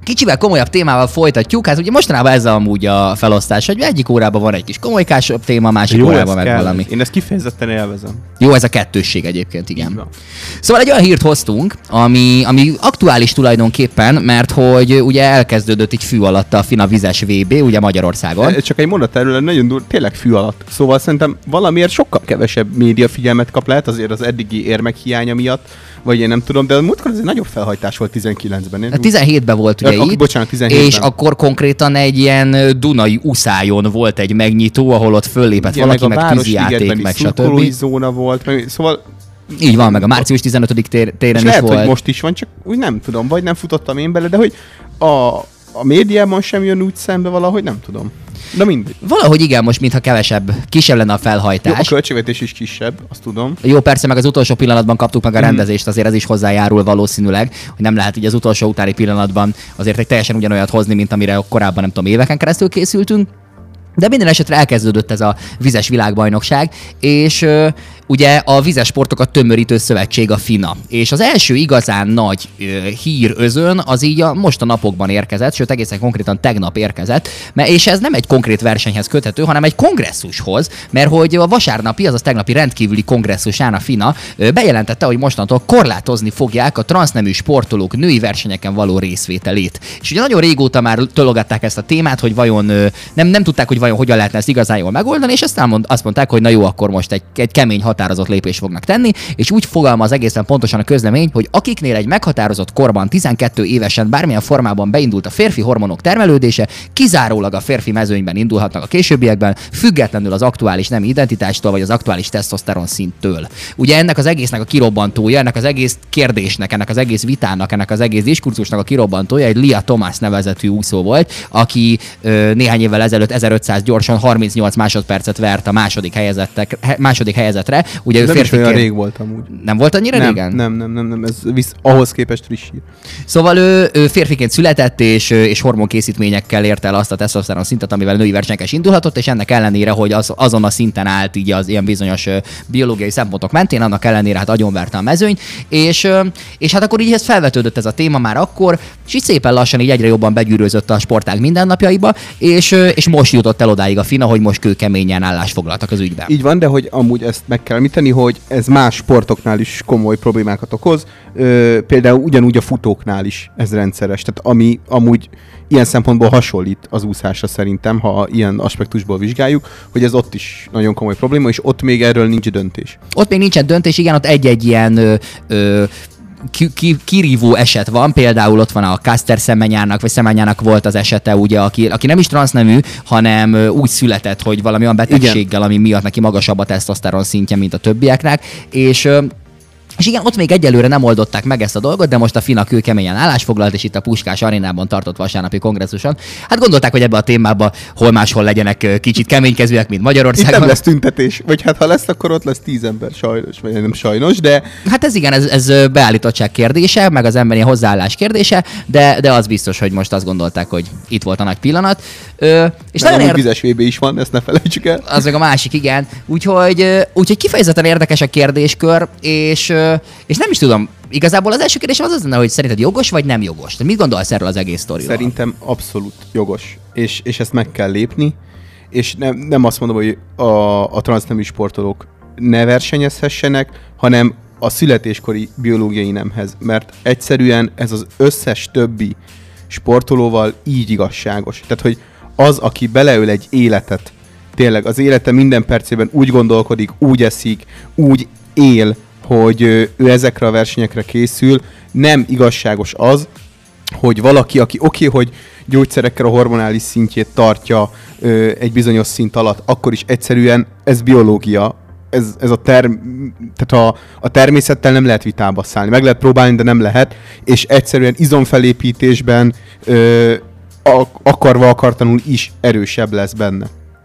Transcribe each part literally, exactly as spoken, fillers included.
kicsivel komolyabb témával folytatjuk. Hát ugye mostanában ez amúgy a felosztás, hogy egyik órában van egy kis komolykásabb téma, másik Jó, órában meg kell. valami. Én ezt kifejezetten élvezem. Jó, ez a kettősség egyébként, igen. Szóval egy olyan hírt hoztunk, ami, ami aktuális tulajdonképpen, mert hogy ugye elkezdődött így fű alatt a FINA vizes vé bé, ugye Magyarországon. Csak egy mondat erről, nagyon dur, tényleg fű alatt. Szóval szerintem valamiért sokkal kevesebb média figyelmet kap, lehet azért az eddigi érmek hiánya miatt, vagy én nem tudom, de a múltkor ez egy nagyobb felhajtás volt tizenkilencben. Én... tizenhétben volt ugye ja, itt, bocsánat, tizenhétben. És akkor konkrétan egy ilyen Dunai uszájon volt egy megnyitó, ahol ott föllépett igen, valaki, meg, meg tűzijáték, meg stb. Zóna volt, meg, szóval... Így van, meg a március tizenötödik tér, téren is lehet, volt. hogy most is van, csak úgy nem tudom, vagy nem futottam én bele, de hogy a, a médiában sem jön úgy szembe valahogy, nem tudom. De mindegy. Valahogy igen, most mintha kevesebb, kisebb lenne a felhajtás. Jó, a költségvetés is kisebb, azt tudom. Jó, persze, meg az utolsó pillanatban kaptuk meg a rendezést, azért ez is hozzájárul valószínűleg, hogy nem lehet így az utolsó utáni pillanatban azért egy teljesen ugyanolyat hozni, mint amire korábban nem tudom, éveken keresztül készültünk. De minden esetre elkezdődött ez a vizes világbajnokság, és ö, ugye a vizes sportokat tömörítő szövetség a FINA. És az első igazán nagy ö, hír özön az így a most a napokban érkezett, sőt egészen konkrétan tegnap érkezett, mert, és ez nem egy konkrét versenyhez köthető, hanem egy kongresszushoz, mert hogy a vasárnapi, azaz tegnapi rendkívüli kongresszusán a FINA ö, bejelentette, hogy mostantól korlátozni fogják a transznemű sportolók női versenyeken való részvételét. És ugye nagyon régóta már tologatták ezt a témát, hogy vajon ö, nem, nem tudták, hogy vajon hogyan lehetne ezt igazán jól megoldani, és aztán mond, azt mondták, hogy na jó, akkor most egy, egy kemény határozott lépést fognak tenni, és úgy fogalmaz egészen pontosan a közlemény, hogy akiknél egy meghatározott korban tizenkét évesen bármilyen formában beindult a férfi hormonok termelődése, kizárólag a férfi mezőnyben indulhatnak a későbbiekben, függetlenül az aktuális nemi identitástól, vagy az aktuális tesztoszteron szinttől. Ugye ennek az egésznek a kirobbantója, ennek az egész kérdésnek, ennek az egész vitának, ennek az egész diskurzusnak a kirobbantója egy Lia Thomas nevezetű úszó volt, aki ö, néhány évvel ezelőtt ezerötszáz gyorsan harmincnyolc másodpercet vert a második, helyezettek, második helyezetre. Ugye ő nem is olyan férfiként... rég volt amúgy. Nem volt annyira nem, régen? Nem, nem, nem, nem, ez visz, ahhoz képest friss hír. Szóval ő, ő férfiként született, és, és hormonkészítményekkel érte el azt a tesztoszteron szintet, amivel női versenyeken is indulhatott, és ennek ellenére, hogy az, azon a szinten állt így az ilyen bizonyos biológiai szempontok mentén, annak ellenére hát agyonverte a mezőny, és, és hát akkor így ez felvetődött ez a téma már akkor, és így szépen lassan így egyre jobban begyűrűzött a sportág mindennapjaiba, és, és most jutott el odáig a FINA, hogy most kőkeményen állás foglaltak az ügyben. Így van, de hogy amúgy ezt meg kell említeni, hogy ez más sportoknál is komoly problémákat okoz. Ö, például ugyanúgy a futóknál is ez rendszeres. Tehát ami amúgy ilyen szempontból hasonlít az úszásra szerintem, ha ilyen aspektusból vizsgáljuk, hogy ez ott is nagyon komoly probléma, és ott még erről nincs döntés. Ott még nincsen döntés, igen, ott egy-egy ilyen ö, ö, Ki, ki, kirívó eset van, például ott van a Caster Semmenyának, vagy Semmenyának volt az esete, ugye, aki, aki nem is transznemű, hanem úgy született, hogy valami olyan betegséggel, igen, ami miatt neki magasabb a tesztoszteron szintje, mint a többieknek, és És igen, ott még egyelőre nem oldották meg ezt a dolgot, de most a FINA kőkeményen állásfoglalt, és itt a Puskás Arénában tartott vasárnapi kongresszuson. Hát gondolták, hogy ebbe a témába hol máshol legyenek kicsit keménykezőek, mint Magyarországon. Itt nem lesz tüntetés, vagy hát ha lesz, akkor ott lesz tíz ember, sajnos, vagy nem sajnos, de... Hát ez igen, ez, ez beállítottság kérdése, meg az emberi hozzáállás kérdése, de, de az biztos, hogy most azt gondolták, hogy itt volt a nagy pillanat. Ö, és nagyon ér... vizes vé bé is van, ezt ne felejtsük el. Az meg a másik, igen. Úgyhogy, úgyhogy kifejezetten érdekes a kérdéskör, és és nem is tudom, igazából az első kérdés az az lenne, hogy szerinted jogos vagy nem jogos? Te mit gondolsz erről az egész sztoriról? Szerintem abszolút jogos, és, és ezt meg kell lépni, és nem, nem azt mondom, hogy a, a transznemű sportolók ne versenyezhessenek, hanem a születéskori biológiai nemhez, mert egyszerűen ez az összes többi sportolóval így igazságos. Tehát, hogy az, aki beleöl egy életet, tényleg az élete minden percében úgy gondolkodik, úgy eszik, úgy él, hogy ő ezekre a versenyekre készül, nem igazságos az, hogy valaki, aki oké, okay, hogy gyógyszerekkel a hormonális szintjét tartja ö, egy bizonyos szint alatt, akkor is egyszerűen ez biológia, ez, ez a, term, tehát a, a természettel nem lehet vitába szállni. Meg lehet próbálni, de nem lehet, és egyszerűen izomfelépítésben ö, akarva akartanul is erősebb lesz benne.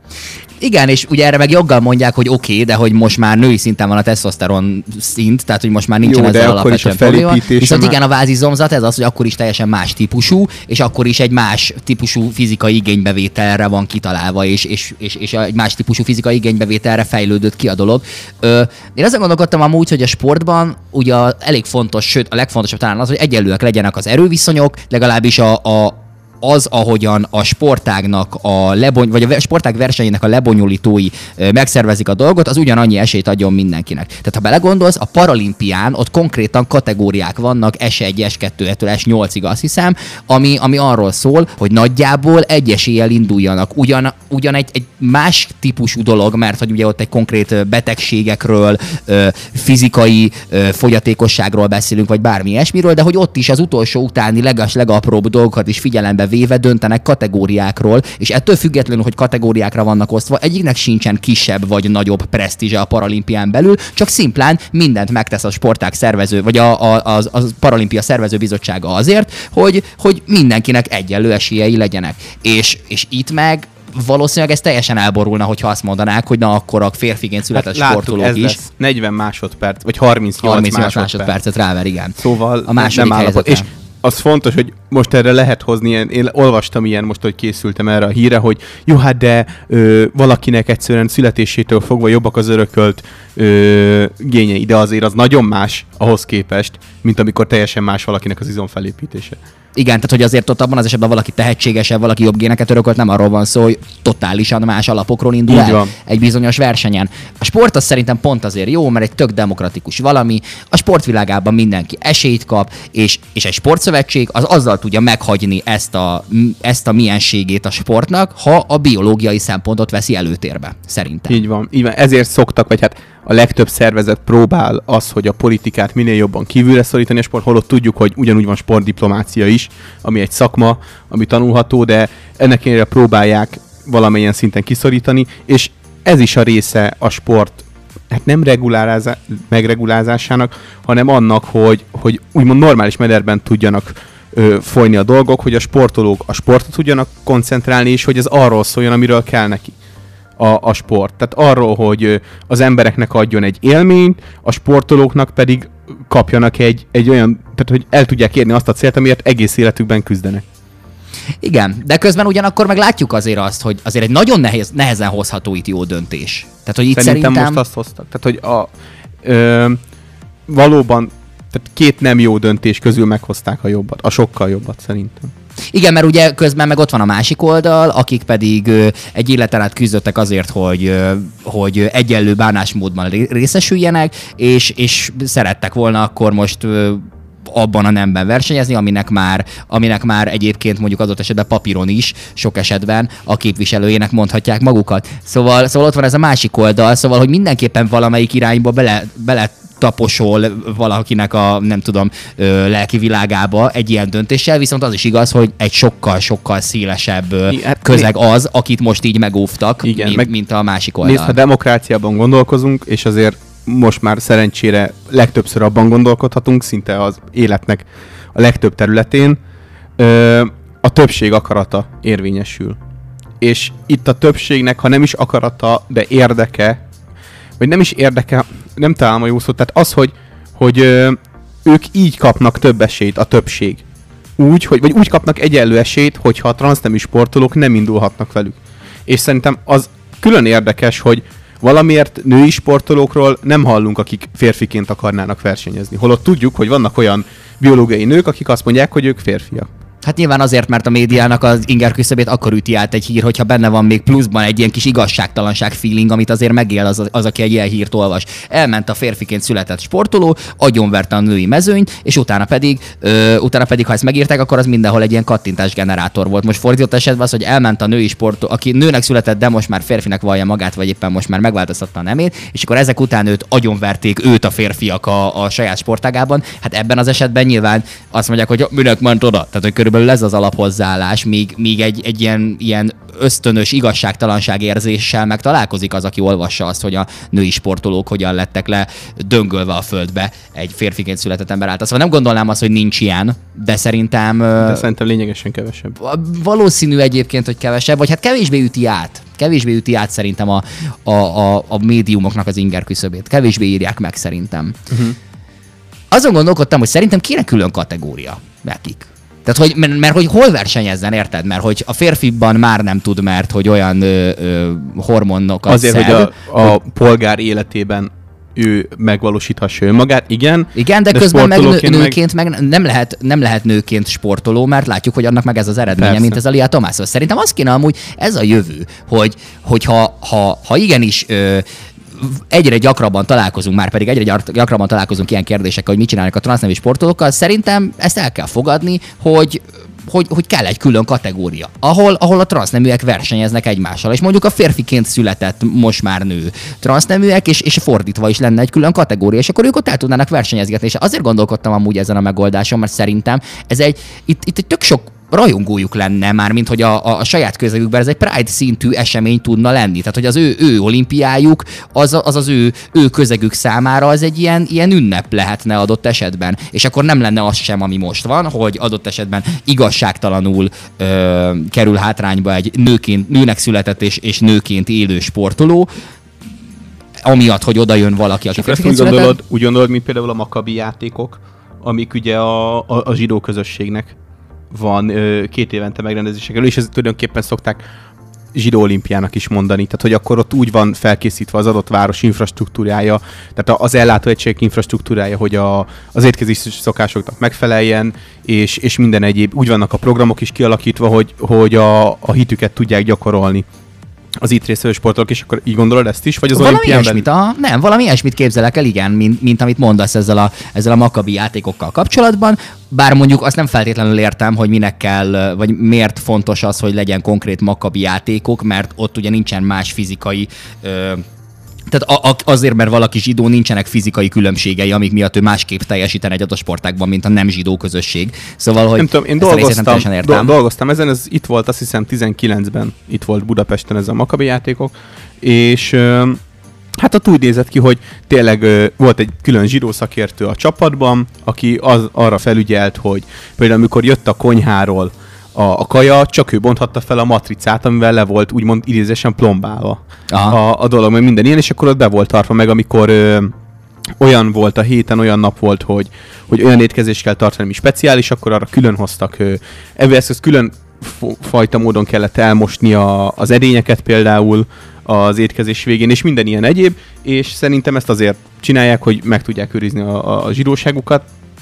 Igen, és ugye erre meg joggal mondják, hogy oké, okay, de hogy most már női szinten van a tesztoszteron szint, tehát hogy most már nincsen jó, ezzel alapvetően probléma. Viszont már... igen, a vázizomzat ez az, hogy akkor is teljesen más típusú, és akkor is egy más típusú fizikai igénybevételre van kitalálva, és, és, és, és egy más típusú fizikai igénybevételre fejlődött ki a dolog. Ö, én azon gondolkodtam amúgy, hogy a sportban ugye elég fontos, sőt a legfontosabb talán az, hogy egyenlőek legyenek az erőviszonyok, legalábbis a, a az, ahogyan a sportágnak a lebony, vagy a sportág versenyének a lebonyolítói megszervezik a dolgot, az ugyanannyi esélyt adjon mindenkinek. Tehát ha belegondolsz, a paralimpián ott konkrétan kategóriák vannak es egy, es kettő-től es nyolcig azt hiszem, ami, ami arról szól, hogy nagyjából egy eséllyel induljanak. Ugyan, ugyan egy, egy más típusú dolog, mert hogy ugye ott egy konkrét betegségekről, fizikai fogyatékosságról beszélünk, vagy bármi ilyesmiről, de hogy ott is az utolsó utáni legas, legapróbb dolgokat is figyelembe véve döntenek kategóriákról, és ettől függetlenül, hogy kategóriákra vannak osztva, egyiknek sincsen kisebb vagy nagyobb presztízse a paralimpián belül, csak szimplán mindent megtesz a sportág szervező, vagy a, a, a, a paralimpia szervező bizottsága azért, hogy, hogy mindenkinek egyenlő esélyei legyenek. És, és itt meg valószínűleg ez teljesen elborulna, hogyha azt mondanák, hogy na akkor a férfiként született hát sportolók ez is. Lesz negyven másodperc, vagy harmincnyolc, harmincnyolc másodperc. másodpercet ráver, igen. Szóval a második nem állapot. És az fontos, hogy most erre lehet hozni, ilyen, én olvastam ilyen most, hogy készültem erre a híre, hogy jó, hát de ö, valakinek egyszerűen születésétől fogva jobbak az örökölt ö, gényei, de azért az nagyon más ahhoz képest, mint amikor teljesen más valakinek az izomfelépítése. Igen, tehát hogy azért ott abban az esetben valaki tehetségesebb, valaki jobb géneket örökölt, nem arról van szó, hogy totálisan más alapokról indul el van. Egy bizonyos versenyen. A sport az szerintem pont azért jó, mert egy tök demokratikus valami, a sportvilágában mindenki esélyt kap, és, és egy sportszövetség az azzal tudja meghagyni ezt a, ezt a mienségét a sportnak, ha a biológiai szempontot veszi előtérbe, szerintem. Így van, így van. Ezért szoktak, vagy hát a legtöbb szervezet próbál az, hogy a politikát minél jobban kívülre szorítani a sport, holott tudjuk, hogy ugyanúgy van sportdiplomácia is, ami egy szakma, ami tanulható, de ennek ellenére próbálják valamilyen szinten kiszorítani, és ez is a része a sport hát nem megregulázásának, hanem annak, hogy, hogy úgymond normális mederben tudjanak ö, folyni a dolgok, hogy a sportolók a sportra tudjanak koncentrálni, és hogy ez arról szóljon, amiről kell neki. A, a sport. Tehát arról, hogy az embereknek adjon egy élményt, a sportolóknak pedig kapjanak egy, egy olyan, tehát hogy el tudják érni azt a célt, amiért egész életükben küzdenek. Igen, de közben ugyanakkor meg látjuk azért azt, hogy azért egy nagyon nehéz, nehezen hozható itt jó döntés. Tehát, hogy itt szerintem, szerintem... most azt hoztak. Tehát, hogy a, ö, valóban tehát két nem jó döntés közül meghozták a jobbat, a sokkal jobbat szerintem. Igen, mert ugye közben meg ott van a másik oldal, akik pedig ö, egy életen át küzdöttek azért, hogy, ö, hogy egyenlő bánásmódban részesüljenek, és, és szerettek volna akkor most ö, abban a nemben versenyezni, aminek már, aminek már egyébként mondjuk adott esetben papíron is sok esetben a képviselőjének mondhatják magukat. Szóval, szóval ott van ez a másik oldal, szóval, hogy mindenképpen valamelyik irányba bele, bele taposol valakinek a, nem tudom, ö, lelki világába egy ilyen döntéssel, viszont az is igaz, hogy egy sokkal-sokkal szélesebb hát, közeg az, akit most így megóvtak, igen, mint, meg, mint a másik oldal. Nézd, ha demokráciában gondolkozunk, és azért most már szerencsére legtöbbször abban gondolkodhatunk, szinte az életnek a legtöbb területén, ö, a többség akarata érvényesül. És itt a többségnek, ha nem is akarata, de érdeke, vagy nem is érdeke, nem találom a jó szót, tehát az, hogy, hogy ö, ők így kapnak több esélyt, a többség. Úgy, hogy, vagy úgy kapnak egyenlő esélyt, hogyha a transznemű sportolók nem indulhatnak velük. És szerintem az külön érdekes, hogy valamiért női sportolókról nem hallunk, akik férfiként akarnának versenyezni. Holott tudjuk, hogy vannak olyan biológiai nők, akik azt mondják, hogy ők férfiak. Hát nyilván azért, mert a médiának az inger küszöbét akkor üti át egy hír, hogyha benne van még pluszban egy ilyen kis igazságtalanság feeling, amit azért megél az, az, aki egy ilyen hírt olvas. Elment a férfiként született sportoló, agyonverte a női mezőnyt, és utána pedig, ö, utána pedig, ha ezt megírták, akkor az mindenhol egy ilyen kattintásgenerátor volt. Most fordított esetben az, hogy elment a női sportoló, aki nőnek született, de most már férfinek vallja magát, vagy éppen most már megváltoztatta a nemét, és akkor ezek után őt agyonverték őt a férfiak a, a saját sportágában. Hát ebben az esetben nyilván azt mondják, hogy minek ment oda. Tehát, hogy körülbelül körülbelül ez az alaphozzáállás, míg, míg egy, egy ilyen, ilyen ösztönös igazságtalanság érzéssel meg találkozik az, aki olvassa azt, hogy a női sportolók hogyan lettek le döngölve a földbe egy férfiként született ember által. Szóval nem gondolnám azt, hogy nincs ilyen, de szerintem... De szerintem lényegesen kevesebb. Valószínű egyébként, hogy kevesebb, vagy hát kevésbé üti át. Kevésbé üti át szerintem a, a, a, a médiumoknak az inger küszöbét. Kevésbé írják meg szerintem. Uh-huh. Azon gondolkodtam, hogy szerintem kéne külön kategória nekik. Tehát, hogy, mert, mert hogy hol versenyezzen, érted? Mert hogy a férfiban már nem tud, mert hogy olyan ö, ö, hormonokat Azért, szed, hogy a, a hogy... polgár életében ő megvalósíthassa önmagát, igen. Igen, de, de közben meg nő, nőként meg... meg nem lehet, nem lehet nőként sportoló, mert látjuk, hogy annak meg ez az eredménye, persze, mint ez a Lia Thomas. Szerintem az kéne amúgy, ez a jövő, hogy, hogy ha, ha, ha igenis ö, egyre gyakrabban találkozunk, már pedig egyre gyakrabban találkozunk ilyen kérdésekkel, hogy mit csinálnak a transznemű sportolókkal, szerintem ezt el kell fogadni, hogy Hogy, hogy kell egy külön kategória, ahol, ahol a transzneműek versenyeznek egymással, és mondjuk a férfiként született most már nő transzneműek, és, és fordítva is lenne egy külön kategória, és akkor ők ott el tudnának versenyezgetni, és azért gondolkodtam amúgy ezen a megoldáson, mert szerintem ez egy, itt, itt egy tök sok rajongójuk lenne már, mint hogy a, a, a saját közegükben ez egy Pride szintű esemény tudna lenni. Tehát, hogy az ő, ő olimpiájuk, az az, az ő, ő közegük számára az egy ilyen, ilyen ünnep lehetne adott esetben. És akkor nem lenne az sem, ami most van, hogy adott esetben igazságtalanul ö, kerül hátrányba egy nőként, nőnek született és, és nőként élő sportoló, amiatt, hogy oda jön valaki, aki férfiként született. Úgy gondolod, úgy gondolod, mint például a Maccabi játékok, amik ugye a, a, a zsidó közösségnek van ö, két évente megrendezésekről, és ez tulajdonképpen szokták zsidó olimpiának is mondani, tehát hogy akkor ott úgy van felkészítve az adott város infrastruktúrája, tehát az ellátóegységek infrastruktúrája, hogy a, az étkezési szokásoknak megfeleljen, és, és minden egyéb, úgy vannak a programok is kialakítva, hogy, hogy a, a hitüket tudják gyakorolni az itt részvevő sportolók, és akkor így gondolod ezt is? Vagy az valami ilyesmit, a, nem, valami ilyesmit képzelek el, igen, mint, mint amit mondasz ezzel a, ezzel a Maccabi játékokkal kapcsolatban, bár mondjuk azt nem feltétlenül értem, hogy minek kell, vagy miért fontos az, hogy legyen konkrét Maccabi játékok, mert ott ugye nincsen más fizikai... Ö, Tehát a, a, azért, mert valaki zsidó, nincsenek fizikai különbségei, amik miatt ő másképp teljesíten egy adott sportágban, mint a nem zsidó közösség. Szóval, hogy nem tudom, én dolgoztam, do, dolgoztam ezen, ez itt volt azt hiszem tizenkilencben, itt volt Budapesten ez a Maccabi játékok, és hát ott úgy nézett ki, hogy tényleg volt egy külön zsidó szakértő a csapatban, aki az, arra felügyelt, hogy például amikor jött a konyháról A, a kaja, csak ő bonthatta fel a matricát, amivel le volt úgymond idézésen plombálva a, a dolog, mert minden ilyen, és akkor ott be volt tartva meg, amikor ö, olyan volt a héten, olyan nap volt, hogy, hogy olyan étkezést kell tartani, ami speciális, akkor arra külön hoztak evőeszközt, külön f- fajta módon kellett elmosni a, az edényeket például az étkezés végén, és minden ilyen egyéb, és szerintem ezt azért csinálják, hogy meg tudják őrizni a, a, a zsidóságukat,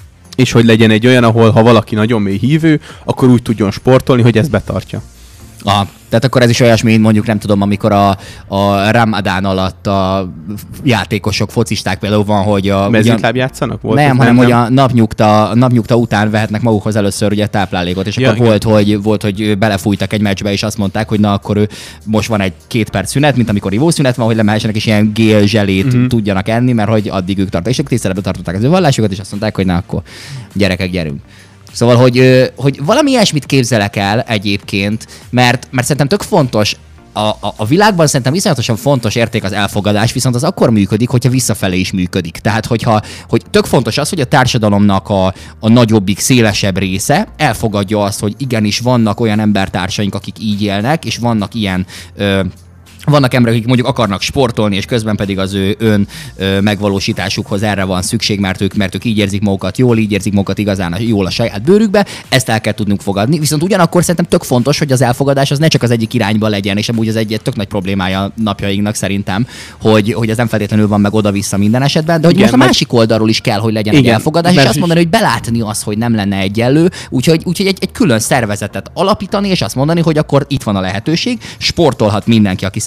és hogy legyen egy olyan, ahol ha valaki nagyon mély hívő, akkor úgy tudjon sportolni, hogy ezt betartja. Aha. Tehát akkor ez is olyasmi, mint mondjuk nem tudom, amikor a, a Ramadán alatt a játékosok, focisták például van, hogy a... Mezőnyláb játszanak? Volt nem, hanem nem, hogy a napnyugta, napnyugta után vehetnek magukhoz először ugye táplálékot, és ja, akkor volt hogy, volt, hogy belefújtak egy meccsbe, és azt mondták, hogy na akkor ő, most van egy két perc szünet, mint amikor ivószünet van, hogy lemehessenek, és ilyen gél zselét uh-huh. tudjanak enni, mert hogy addig ők tartottak. És ők tiszteletben tartották az ő vallásukat, és azt mondták, hogy na akkor gyerekek, gyerünk. Szóval, hogy, hogy valami ilyesmit képzelek el egyébként, mert, mert szerintem tök fontos, a, a, a világban szerintem iszonyatosan fontos érték az elfogadás, viszont az akkor működik, hogyha visszafelé is működik. Tehát, hogyha, hogy tök fontos az, hogy a társadalomnak a, a nagyobbik, szélesebb része elfogadja azt, hogy igenis vannak olyan embertársaink, akik így élnek, és vannak ilyen... Ö, Vannak emberek, akik mondjuk akarnak sportolni, és közben pedig az ő ön ö, megvalósításukhoz erre van szükség, mert ők, mert ők így érzik magukat jól, így érzik magukat igazán jól a saját bőrükbe, ezt el kell tudnunk fogadni. Viszont ugyanakkor szerintem tök fontos, hogy az elfogadás az ne csak az egyik irányba legyen, és amúgy az egy tök nagy problémája napjainknak szerintem, hogy, hogy ez nem feltétlenül van meg oda-vissza minden esetben, de hogy igen, most a másik oldalról is kell, hogy legyen igen, egy elfogadás, és azt mondani, hogy belátni azt, hogy nem lenne egyenlő, úgyhogy, úgyhogy egy, egy külön szervezetet alapítani, és azt mondani, hogy akkor itt van a lehetőség, sportolhat mindenki, aki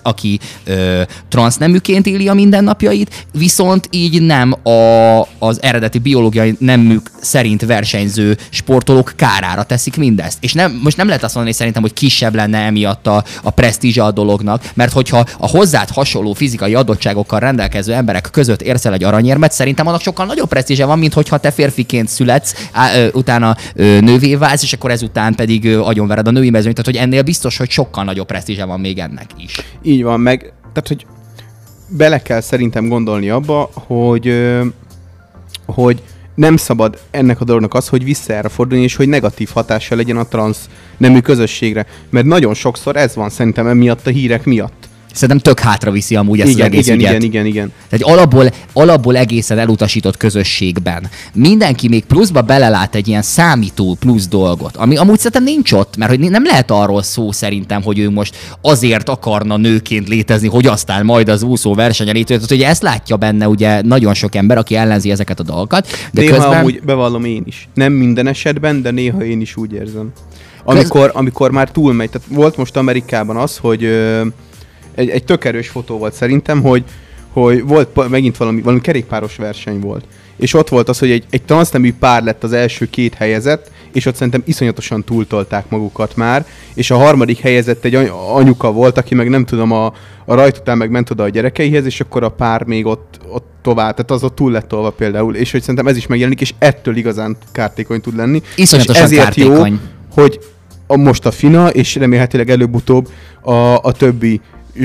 aki ö, transzneműként éli a mindennapjait, viszont így nem a, az eredeti biológiai nemük szerint versenyző sportolók kárára teszik mindezt. És nem, most nem lehet azt mondani szerintem, hogy kisebb lenne emiatt a, a presztízse a dolognak, mert hogyha a hozzád hasonló fizikai adottságokkal rendelkező emberek között érsz el egy aranyérmet, szerintem annak sokkal nagyobb presztízse van, mint hogyha te férfiként születsz, á, ö, utána ö, nővé válsz, és akkor ezután pedig ö, agyonvered a női mezőnyt. Tehát, hogy ennél biztos, hogy sokkal nagyobb presztízse van még ennek is. Így van, meg tehát, hogy bele kell szerintem gondolni abba, hogy, ö, hogy nem szabad ennek a dolognak az, hogy vissza erre fordulni, és hogy negatív hatással legyen a transz nemű közösségre. Mert nagyon sokszor ez van szerintem emiatt a hírek miatt. Szerintem tök hátra viszi amúgy ezt igen, az egész igen, ügyet. igen, igen, igen. Tehát alapból, alapból egészen elutasított közösségben mindenki még pluszba belelát egy ilyen számító plusz dolgot, ami amúgy szerintem nincs ott, mert hogy nem lehet arról szó szerintem, hogy ő most azért akarna nőként létezni, hogy aztán majd az úszó versenyen itt, tehát ugye ezt látja benne ugye nagyon sok ember, aki ellenzi ezeket a dolgokat. De néha közben... amúgy bevallom én is. Nem minden esetben, de néha én is úgy érzem. Amikor, amikor már túlmegy. Tehát volt most Amerikában az, hogy ö, Egy, egy tök erős fotó volt szerintem, hogy, hogy volt megint valami, valami kerékpáros verseny volt. És ott volt az, hogy egy, egy transznemű pár lett az első két helyezett, és ott szerintem iszonyatosan túltolták magukat már, és a harmadik helyezett egy anyuka volt, aki meg nem tudom, a, a rajt után meg ment oda a gyerekeihez, és akkor a pár még ott, ott tovább, tehát az ott túl lett tolva például, és hogy szerintem ez is megjelenik, és ettől igazán kártékony tud lenni. Iszonyatosan és ezért kártékony. Jó, hogy a, most a FINA, és remélhetőleg előbb-utóbb a, a többi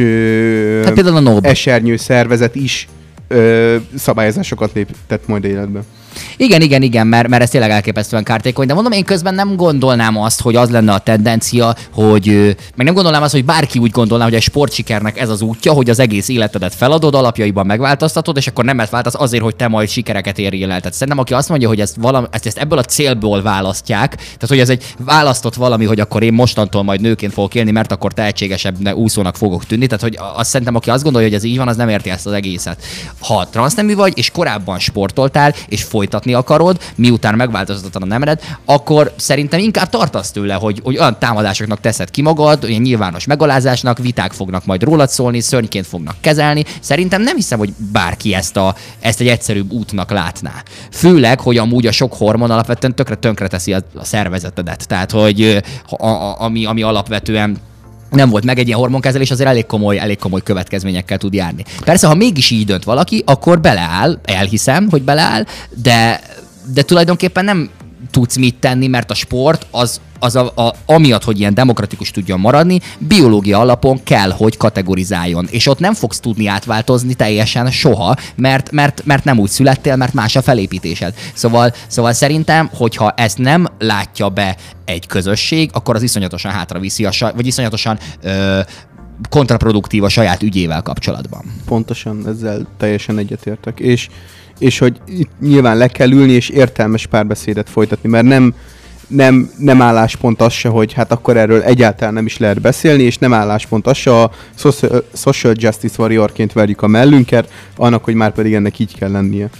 Ö, hát például a NOB. esernyő szervezet is ö, szabályozásokat léptett majd életbe. Igen, igen, igen, mert, mert ez tényleg elképesztően kártékony, de mondom, én közben nem gondolnám azt, hogy az lenne a tendencia, hogy, meg nem gondolnám azt, hogy bárki úgy gondolná, hogy egy sportsikernek ez az útja, hogy az egész életedet feladod, alapjaiban megváltoztatod, és akkor nemet váltasz azért, hogy te majd sikereket érjél el. Tehát szerintem, aki azt mondja, hogy ezt, valami, ezt, ezt ebből a célból választják, tehát hogy ez egy választott valami, hogy akkor én mostantól majd nőként fogok élni, mert akkor tehetségesebb úszónak fogok tűnni. Tehát, hogy azt szerintem, aki azt gondolja, hogy ez így van, az nem érti ezt az egészet. Ha transznemű vagy, és korábban sportoltál, és folytatni akarod, miután megváltoztattad a nemedet, akkor szerintem inkább tartasz tőle, hogy, hogy olyan támadásoknak teszed ki magad, olyan nyilvános megalázásnak, viták fognak majd rólad szólni, szörnyként fognak kezelni. Szerintem nem hiszem, hogy bárki ezt, a, ezt egy egyszerűbb útnak látná. Főleg, hogy amúgy a sok hormon alapvetően tökre tönkreteszi a, a szervezetedet. Tehát, hogy a, a, ami, ami alapvetően nem volt meg egy ilyen hormonkezelés, azért elég komoly, elég komoly következményekkel tud járni. Persze, ha mégis így dönt valaki, akkor beleáll, elhiszem, hogy beleáll, de, de tulajdonképpen nem tudsz mit tenni, mert a sport az, az a, a, amiatt, hogy ilyen demokratikus tudjon maradni, biológia alapon kell, hogy kategorizáljon. És ott nem fogsz tudni átváltozni teljesen soha, mert, mert, mert nem úgy születtél, mert más a felépítésed. Szóval, szóval szerintem, hogyha ezt nem látja be egy közösség, akkor az iszonyatosan hátraviszi, a saj, vagy iszonyatosan ö, kontraproduktív a saját ügyével kapcsolatban. Pontosan, ezzel teljesen egyetértek. És, és hogy itt nyilván le kell ülni, és értelmes párbeszédet folytatni, mert nem, nem, nem álláspont az se, hogy hát akkor erről egyáltalán nem is lehet beszélni, és nem álláspont az se, a social justice warriorként verjük a mellünket, annak, hogy már pedig ennek így kell lennie.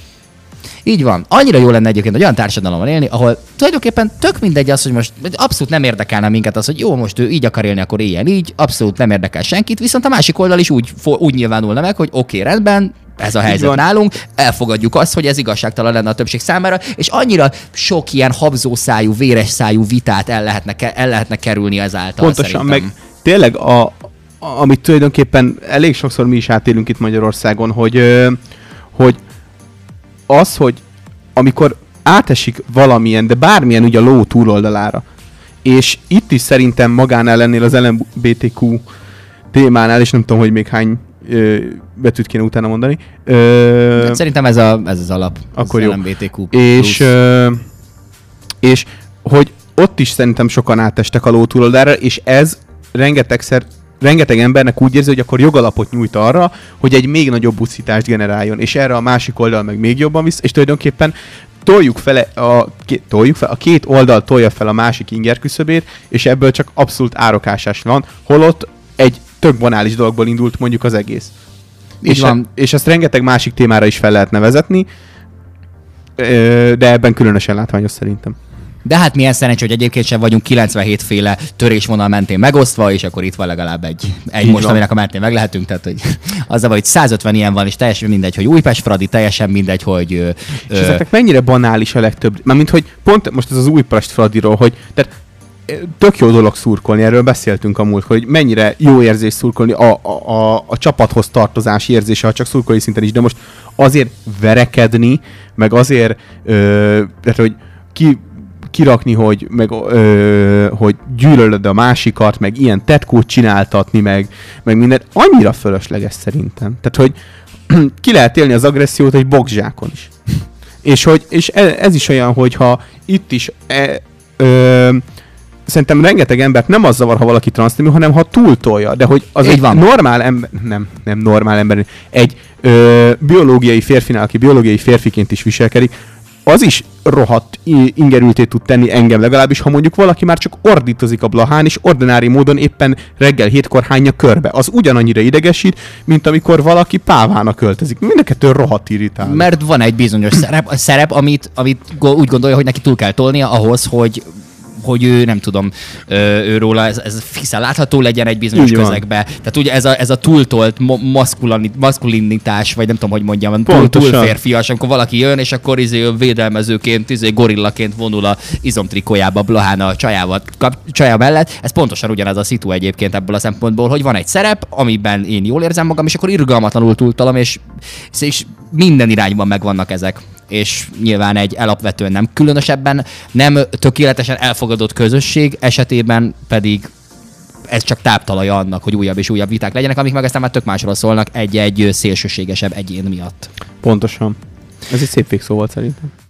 Így van. Annyira jó lenne egyébként egy olyan társadalomban élni, ahol tulajdonképpen tök mindegy az, hogy most abszolút nem érdekelne minket az, hogy jó, most ő így akar élni, akkor éljen így, abszolút nem érdekel senkit, viszont a másik oldal is úgy, úgy nyilvánulna meg, hogy oké, okay, rendben, ez a helyzet nálunk, elfogadjuk azt, hogy ez igazságtalan lenne a többség számára, és annyira sok ilyen habzószájú, véres szájú vitát el lehetne, el lehetne kerülni ezáltal. Pontosan, szerintem. meg tényleg, a, a, amit tulajdonképpen elég sokszor mi is átélünk itt Magyarországon, hogy, hogy az, hogy amikor átesik valamilyen, de bármilyen ugye a ló túloldalára, és itt is szerintem magánál lennél az el em bé té kú témánál, és nem tudom, hogy még hány ö, betűt kéne utána mondani. Ö, szerintem ez, a, ez az alap. Akkor az jó. el em bé té kú és, ö, és hogy ott is szerintem sokan átestek a ló túloldalára, és ez rengetegszer rengeteg embernek úgy érzi, hogy akkor jogalapot nyújt arra, hogy egy még nagyobb buszítást generáljon, és erre a másik oldal meg még jobban visz, és tulajdonképpen toljuk fel a, toljuk fel, a két oldal tolja fel a másik inger küszöbét, és ebből csak abszolút árokásás van, holott egy tök banális dologból indult mondjuk az egész. És, e, és ezt rengeteg másik témára is fel lehetne vezetni, de ebben különösen látványos szerintem. De hát milyen szerencsé, hogy egyébként sem vagyunk kilencvenhét féle törésvonal mentén megosztva, és akkor itt van legalább egy, egy most, van. Aminek a mentén meg lehetünk. Tehát, hogy az a baj, hogy százötven ilyen van, és teljesen mindegy, hogy Újpest Fradi, teljesen mindegy, hogy... Ö, és ö... ezeknek mennyire banális a legtöbb? Mármint, hogy pont most ez az Újpest Fradiról, hogy tehát tök jó dolog szurkolni, erről beszéltünk a múlt, hogy mennyire jó érzés szurkolni, a, a, a, a csapathoz tartozási érzése, ha csak szurkolói szinten is, de most azért verekedni, meg azért, ö, tehát, hogy ki, kirakni, hogy, meg, ö, hogy gyűlölöd a másikat, meg ilyen tetkót csináltatni, meg, meg mindent, annyira fölösleges szerintem. Tehát, hogy ki lehet élni az agressziót egy boxzsákon is. és, hogy, és ez is olyan, hogyha itt is e, ö, szerintem rengeteg embert nem az zavar, ha valaki transznemű, hanem ha túltolja. De hogy az Így egy van. normál ember, nem, nem normál ember, egy ö, biológiai férfinál, aki biológiai férfiként is viselkedik, az is rohadt ingerülté tud tenni engem legalábbis, ha mondjuk valaki már csak ordítozik a blahán, és ordinári módon éppen reggel hétkor hányja körbe. Az ugyanannyira idegesít, mint amikor valaki pávának költözik. Mind a kettő rohadt irritál. Mert van egy bizonyos szerep, szerep amit, amit úgy gondolja, hogy neki túl kell tolnia ahhoz, hogy hogy ő, nem tudom, őróla ez, ez fixen látható legyen egy bizonyos közegbe. Tehát ugye ez a, ez a túltolt maszkulinitás, vagy nem tudom, hogy mondjam, túl, túl férfias, amikor valaki jön, és akkor izé védelmezőként, izé gorillaként vonul a izomtrikójába, blahán a csajával, kap, csaja mellett. Ez pontosan ugyanaz a szitu egyébként ebből a szempontból, hogy van egy szerep, amiben én jól érzem magam, és akkor irgalmatlanul túltolom, és, és minden irányban megvannak ezek. És nyilván egy alapvetően nem különösebben, nem tökéletesen elfogadott közösség esetében pedig ez csak táptalaja annak, hogy újabb és újabb viták legyenek, amik meg aztán már tök másról szólnak egy-egy szélsőségesebb egyén miatt. Pontosan. Ez egy szép végszó volt szerintem.